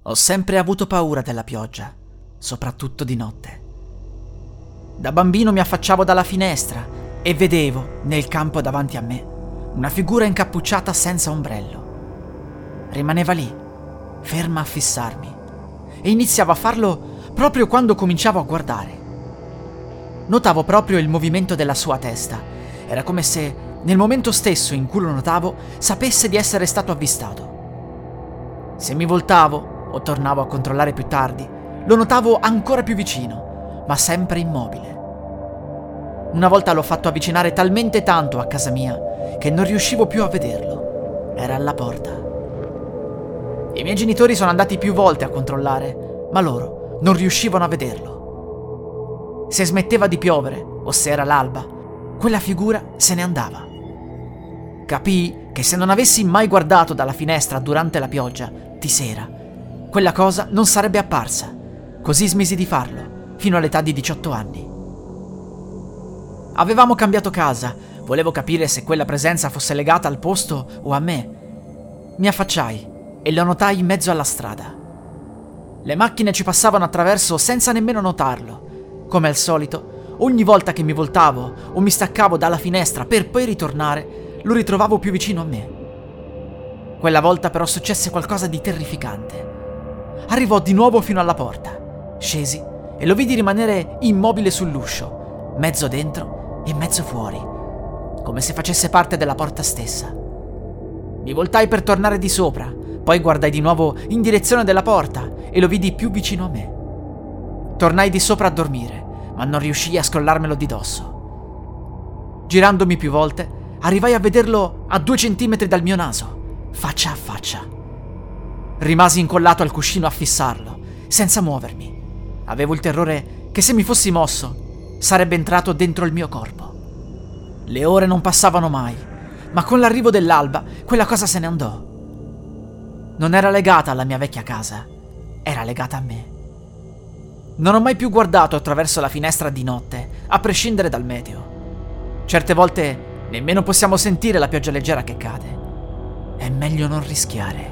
Ho sempre avuto paura della pioggia, soprattutto di notte. Da bambino mi affacciavo dalla finestra e vedevo, nel campo davanti a me, una figura incappucciata senza ombrello. Rimaneva lì, ferma a fissarmi, e iniziavo a farlo proprio quando cominciavo a guardare. Notavo proprio il movimento della sua testa. Era come se, nel momento stesso in cui lo notavo, sapesse di essere stato avvistato. Se mi voltavo o tornavo a controllare più tardi, lo notavo ancora più vicino, ma sempre immobile. Una volta l'ho fatto avvicinare talmente tanto a casa mia che non riuscivo più a vederlo. Era alla porta. I miei genitori sono andati più volte a controllare, ma loro non riuscivano a vederlo. Se smetteva di piovere, o se era l'alba, quella figura se ne andava. Capii che se non avessi mai guardato dalla finestra durante la pioggia, di sera, quella cosa non sarebbe apparsa. Così smisi di farlo, fino all'età di 18 anni. Avevamo cambiato casa, volevo capire se quella presenza fosse legata al posto o a me. Mi affacciai e lo notai in mezzo alla strada. Le macchine ci passavano attraverso senza nemmeno notarlo. Come al solito, ogni volta che mi voltavo o mi staccavo dalla finestra per poi ritornare, lo ritrovavo più vicino a me. Quella volta però successe qualcosa di terrificante. Arrivò di nuovo fino alla porta. Scesi e lo vidi rimanere immobile sull'uscio, mezzo dentro e mezzo fuori, come se facesse parte della porta stessa. Mi voltai per tornare di sopra, poi guardai di nuovo in direzione della porta e lo vidi più vicino a me. Tornai di sopra a dormire, ma non riuscii a scrollarmelo di dosso. Girandomi più volte, arrivai a vederlo a 2 centimetri dal mio naso, faccia a faccia. Rimasi incollato al cuscino a fissarlo, senza muovermi. Avevo il terrore che se mi fossi mosso, sarebbe entrato dentro il mio corpo. Le ore non passavano mai, ma con l'arrivo dell'alba quella cosa se ne andò. Non era legata alla mia vecchia casa, era legata a me. Non ho mai più guardato attraverso la finestra di notte, a prescindere dal meteo. Certe volte nemmeno possiamo sentire la pioggia leggera che cade. È meglio non rischiare.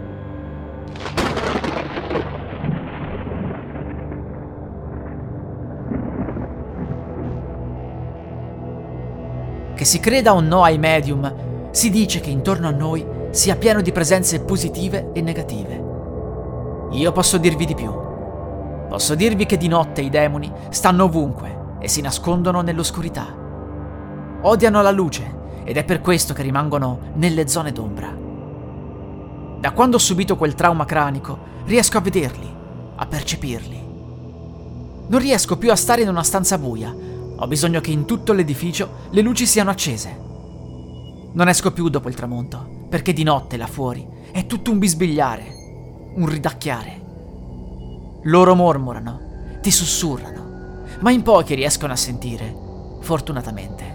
Che si creda o no ai medium, si dice che intorno a noi sia pieno di presenze positive e negative. Io posso dirvi di più. Posso dirvi che di notte i demoni stanno ovunque e si nascondono nell'oscurità. Odiano la luce ed è per questo che rimangono nelle zone d'ombra. Da quando ho subito quel trauma cranico, riesco a vederli, a percepirli. Non riesco più a stare in una stanza buia. Ho bisogno che in tutto l'edificio le luci siano accese. Non esco più dopo il tramonto, perché di notte là fuori è tutto un bisbigliare, un ridacchiare. Loro mormorano, ti sussurrano, ma in pochi riescono a sentire, fortunatamente.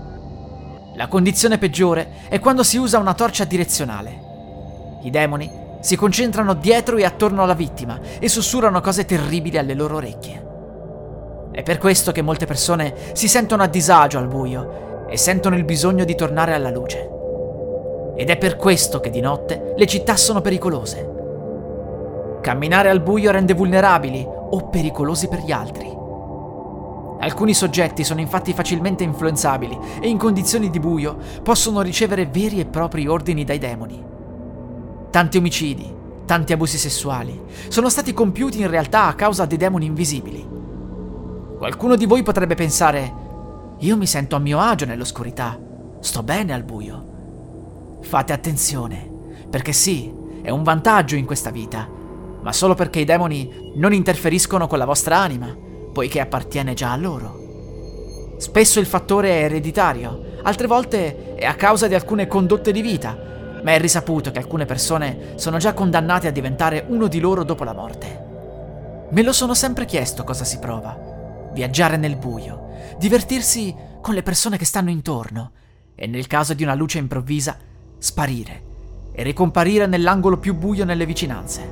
La condizione peggiore è quando si usa una torcia direzionale. I demoni si concentrano dietro e attorno alla vittima e sussurrano cose terribili alle loro orecchie. È per questo che molte persone si sentono a disagio al buio e sentono il bisogno di tornare alla luce. Ed è per questo che di notte le città sono pericolose. Camminare al buio rende vulnerabili o pericolosi per gli altri. Alcuni soggetti sono infatti facilmente influenzabili e in condizioni di buio possono ricevere veri e propri ordini dai demoni. Tanti omicidi, tanti abusi sessuali sono stati compiuti in realtà a causa dei demoni invisibili. Qualcuno di voi potrebbe pensare: io mi sento a mio agio nell'oscurità, sto bene al buio. Fate attenzione, perché sì, è un vantaggio in questa vita, ma solo perché i demoni non interferiscono con la vostra anima, poiché appartiene già a loro. Spesso il fattore è ereditario, altre volte è a causa di alcune condotte di vita, ma è risaputo che alcune persone sono già condannate a diventare uno di loro dopo la morte. Me lo sono sempre chiesto cosa si prova. Viaggiare nel buio, divertirsi con le persone che stanno intorno e, nel caso di una luce improvvisa, sparire e ricomparire nell'angolo più buio nelle vicinanze.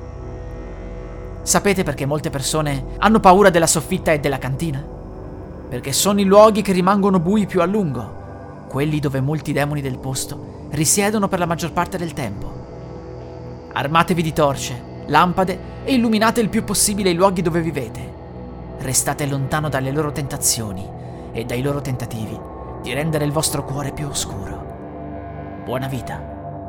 Sapete perché molte persone hanno paura della soffitta e della cantina? Perché sono i luoghi che rimangono bui più a lungo, quelli dove molti demoni del posto risiedono per la maggior parte del tempo. Armatevi di torce lampade e illuminate il più possibile i luoghi dove vivete. Restate lontano dalle loro tentazioni e dai loro tentativi di rendere il vostro cuore più oscuro. Buona vita.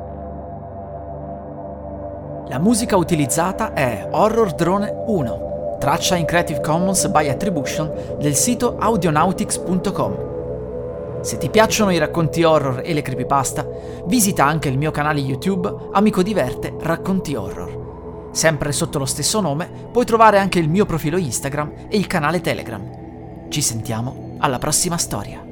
La musica utilizzata è Horror Drone 1, traccia in Creative Commons by Attribution del sito audionautics.com. Se ti piacciono i racconti horror e le creepypasta, visita anche il mio canale YouTube Amico Diverte Racconti Horror. Sempre sotto lo stesso nome puoi trovare anche il mio profilo Instagram e il canale Telegram. Ci sentiamo alla prossima storia.